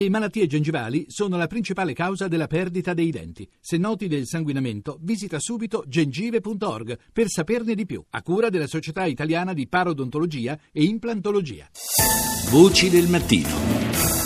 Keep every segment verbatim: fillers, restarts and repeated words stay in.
Le malattie gengivali sono la principale causa della perdita dei denti. Se noti del sanguinamento, visita subito gengive punto org per saperne di più, a cura della Società Italiana di Parodontologia e Implantologia. Voci del mattino.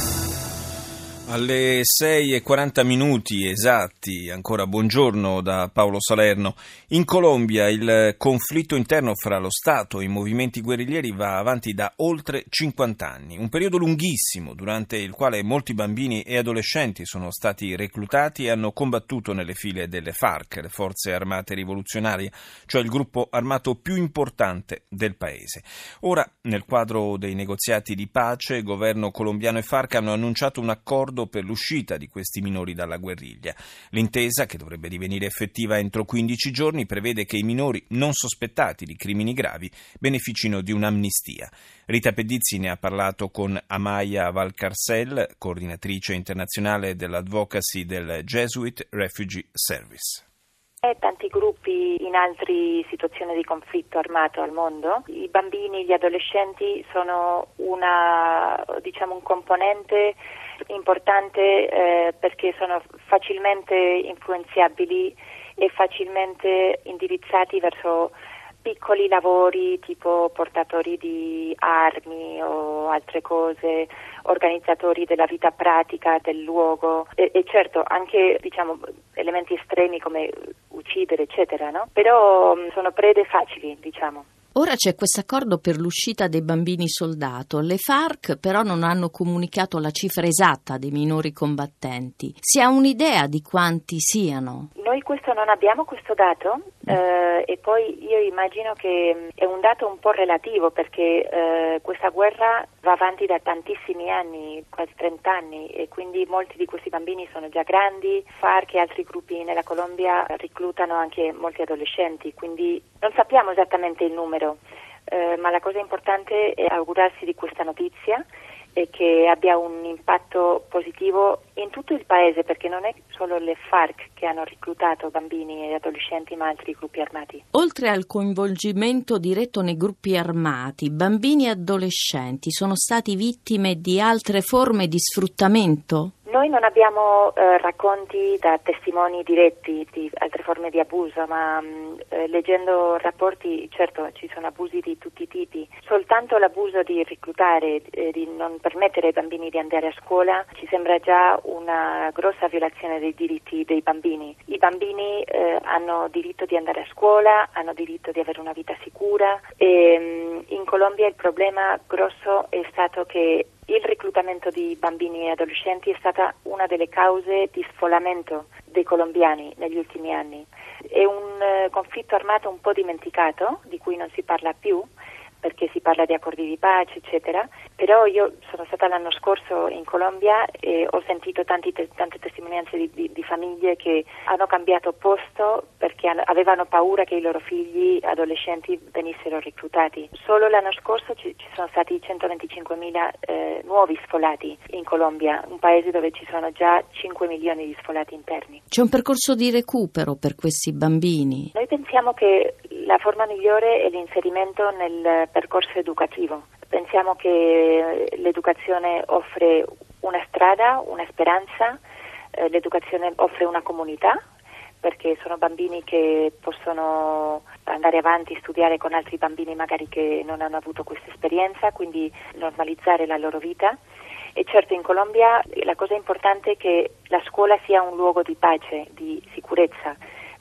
Alle sei e quaranta minuti esatti, ancora buongiorno da Paolo Salerno. In Colombia il conflitto interno fra lo Stato e i movimenti guerriglieri va avanti da oltre cinquanta anni, un periodo lunghissimo durante il quale molti bambini e adolescenti sono stati reclutati e hanno combattuto nelle file delle FARC, le Forze Armate Rivoluzionarie, cioè il gruppo armato più importante del paese. Ora, nel quadro dei negoziati di pace, governo colombiano e FARC hanno annunciato un accordo per l'uscita di questi minori dalla guerriglia. L'intesa, che dovrebbe divenire effettiva entro quindici giorni, prevede che i minori non sospettati di crimini gravi beneficino di un'amnistia. Rita Pedizzi ne ha parlato con Amaya Valcarcel, coordinatrice internazionale dell'advocacy del Jesuit Refugee Service. Tanti gruppi in altre situazioni di conflitto armato al mondo. I bambini, gli adolescenti sono una, diciamo, un componente importante eh, perché sono facilmente influenzabili e facilmente indirizzati verso piccoli lavori tipo portatori di armi o altre cose, organizzatori della vita pratica del luogo e, e certo anche diciamo elementi estremi come uccidere eccetera, no? Però mh, sono prede facili, diciamo. Ora c'è questo accordo per l'uscita dei bambini soldato. Le FARC però non hanno comunicato la cifra esatta dei minori combattenti. Si ha un'idea di quanti siano? Noi questo non abbiamo questo dato eh, e poi io immagino che è un dato un po' relativo perché eh, questa guerra va avanti da tantissimi anni, quasi trenta anni, e quindi molti di questi bambini sono già grandi. FARC e altri gruppi nella Colombia reclutano anche molti adolescenti, quindi non sappiamo esattamente il numero, eh, ma la cosa importante è augurarsi di questa notizia e che abbia un impatto positivo in tutto il paese, perché non è solo le FARC che hanno reclutato bambini e adolescenti, ma altri gruppi armati. Oltre al coinvolgimento diretto nei gruppi armati, bambini e adolescenti sono stati vittime di altre forme di sfruttamento? Noi non abbiamo eh, racconti da testimoni diretti di altre forme di abuso, ma mh, eh, leggendo rapporti, certo ci sono abusi di tutti i tipi. Soltanto l'abuso di reclutare, eh, di non permettere ai bambini di andare a scuola, ci sembra già una grossa violazione dei diritti dei bambini. I bambini eh, hanno diritto di andare a scuola, hanno diritto di avere una vita sicura e mh, in Colombia il problema grosso è stato che il reclutamento di bambini e adolescenti è stata una delle cause di sfolamento dei colombiani negli ultimi anni. È un uh, conflitto armato un po' dimenticato, di cui non si parla più, perché si parla di accordi di pace, eccetera. Però io sono stata l'anno scorso in Colombia e ho sentito tanti te- tante testimonianze di, di, di famiglie che hanno cambiato posto perché han- avevano paura che i loro figli adolescenti venissero reclutati. Solo l'anno scorso ci, ci sono stati centoventicinquemila eh, nuovi sfolati in Colombia, un paese dove ci sono già cinque milioni di sfolati interni. C'è un percorso di recupero per questi bambini? Noi pensiamo che la forma migliore è l'inserimento nel percorso educativo. Pensiamo che l'educazione offre una strada, una speranza, eh, l'educazione offre una comunità, perché sono bambini che possono andare avanti, studiare con altri bambini magari che non hanno avuto questa esperienza, quindi normalizzare la loro vita. E certo in Colombia la cosa importante è che la scuola sia un luogo di pace, di sicurezza,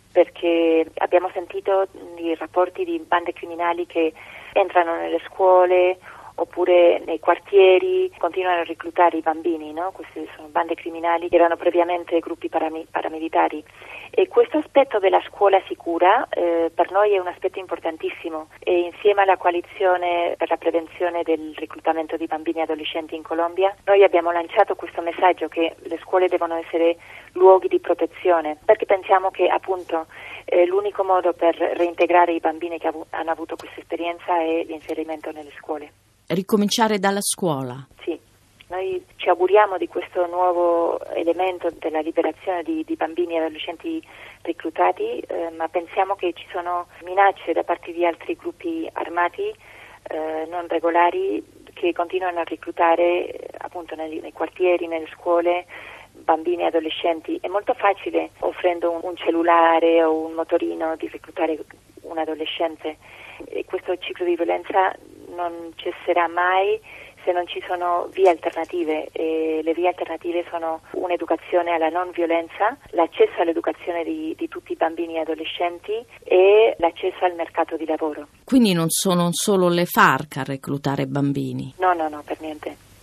perché abbiamo sentito i rapporti di bande criminali che entrano nelle scuole oppure nei quartieri, continuano a reclutare i bambini, no? Queste sono bande criminali che erano previamente gruppi parami- paramilitari. E questo aspetto della scuola sicura eh, per noi è un aspetto importantissimo e insieme alla coalizione per la prevenzione del reclutamento di bambini e adolescenti in Colombia noi abbiamo lanciato questo messaggio che le scuole devono essere luoghi di protezione, perché pensiamo che appunto eh, l'unico modo per reintegrare i bambini che av- hanno avuto questa esperienza è l'inserimento nelle scuole. Ricominciare dalla scuola? Sì. Noi ci auguriamo di questo nuovo elemento della liberazione di, di bambini e adolescenti reclutati, eh, ma pensiamo che ci sono minacce da parte di altri gruppi armati eh, non regolari che continuano a reclutare appunto nei, nei quartieri, nelle scuole, bambini e adolescenti. È molto facile, offrendo un, un cellulare o un motorino, di reclutare un adolescente, e questo ciclo di violenza non cesserà mai se non ci sono vie alternative, e le vie alternative sono un'educazione alla non violenza, l'accesso all'educazione di, di tutti i bambini e adolescenti e l'accesso al mercato di lavoro. Quindi non sono solo le FARC a reclutare bambini? No, no, no, per niente.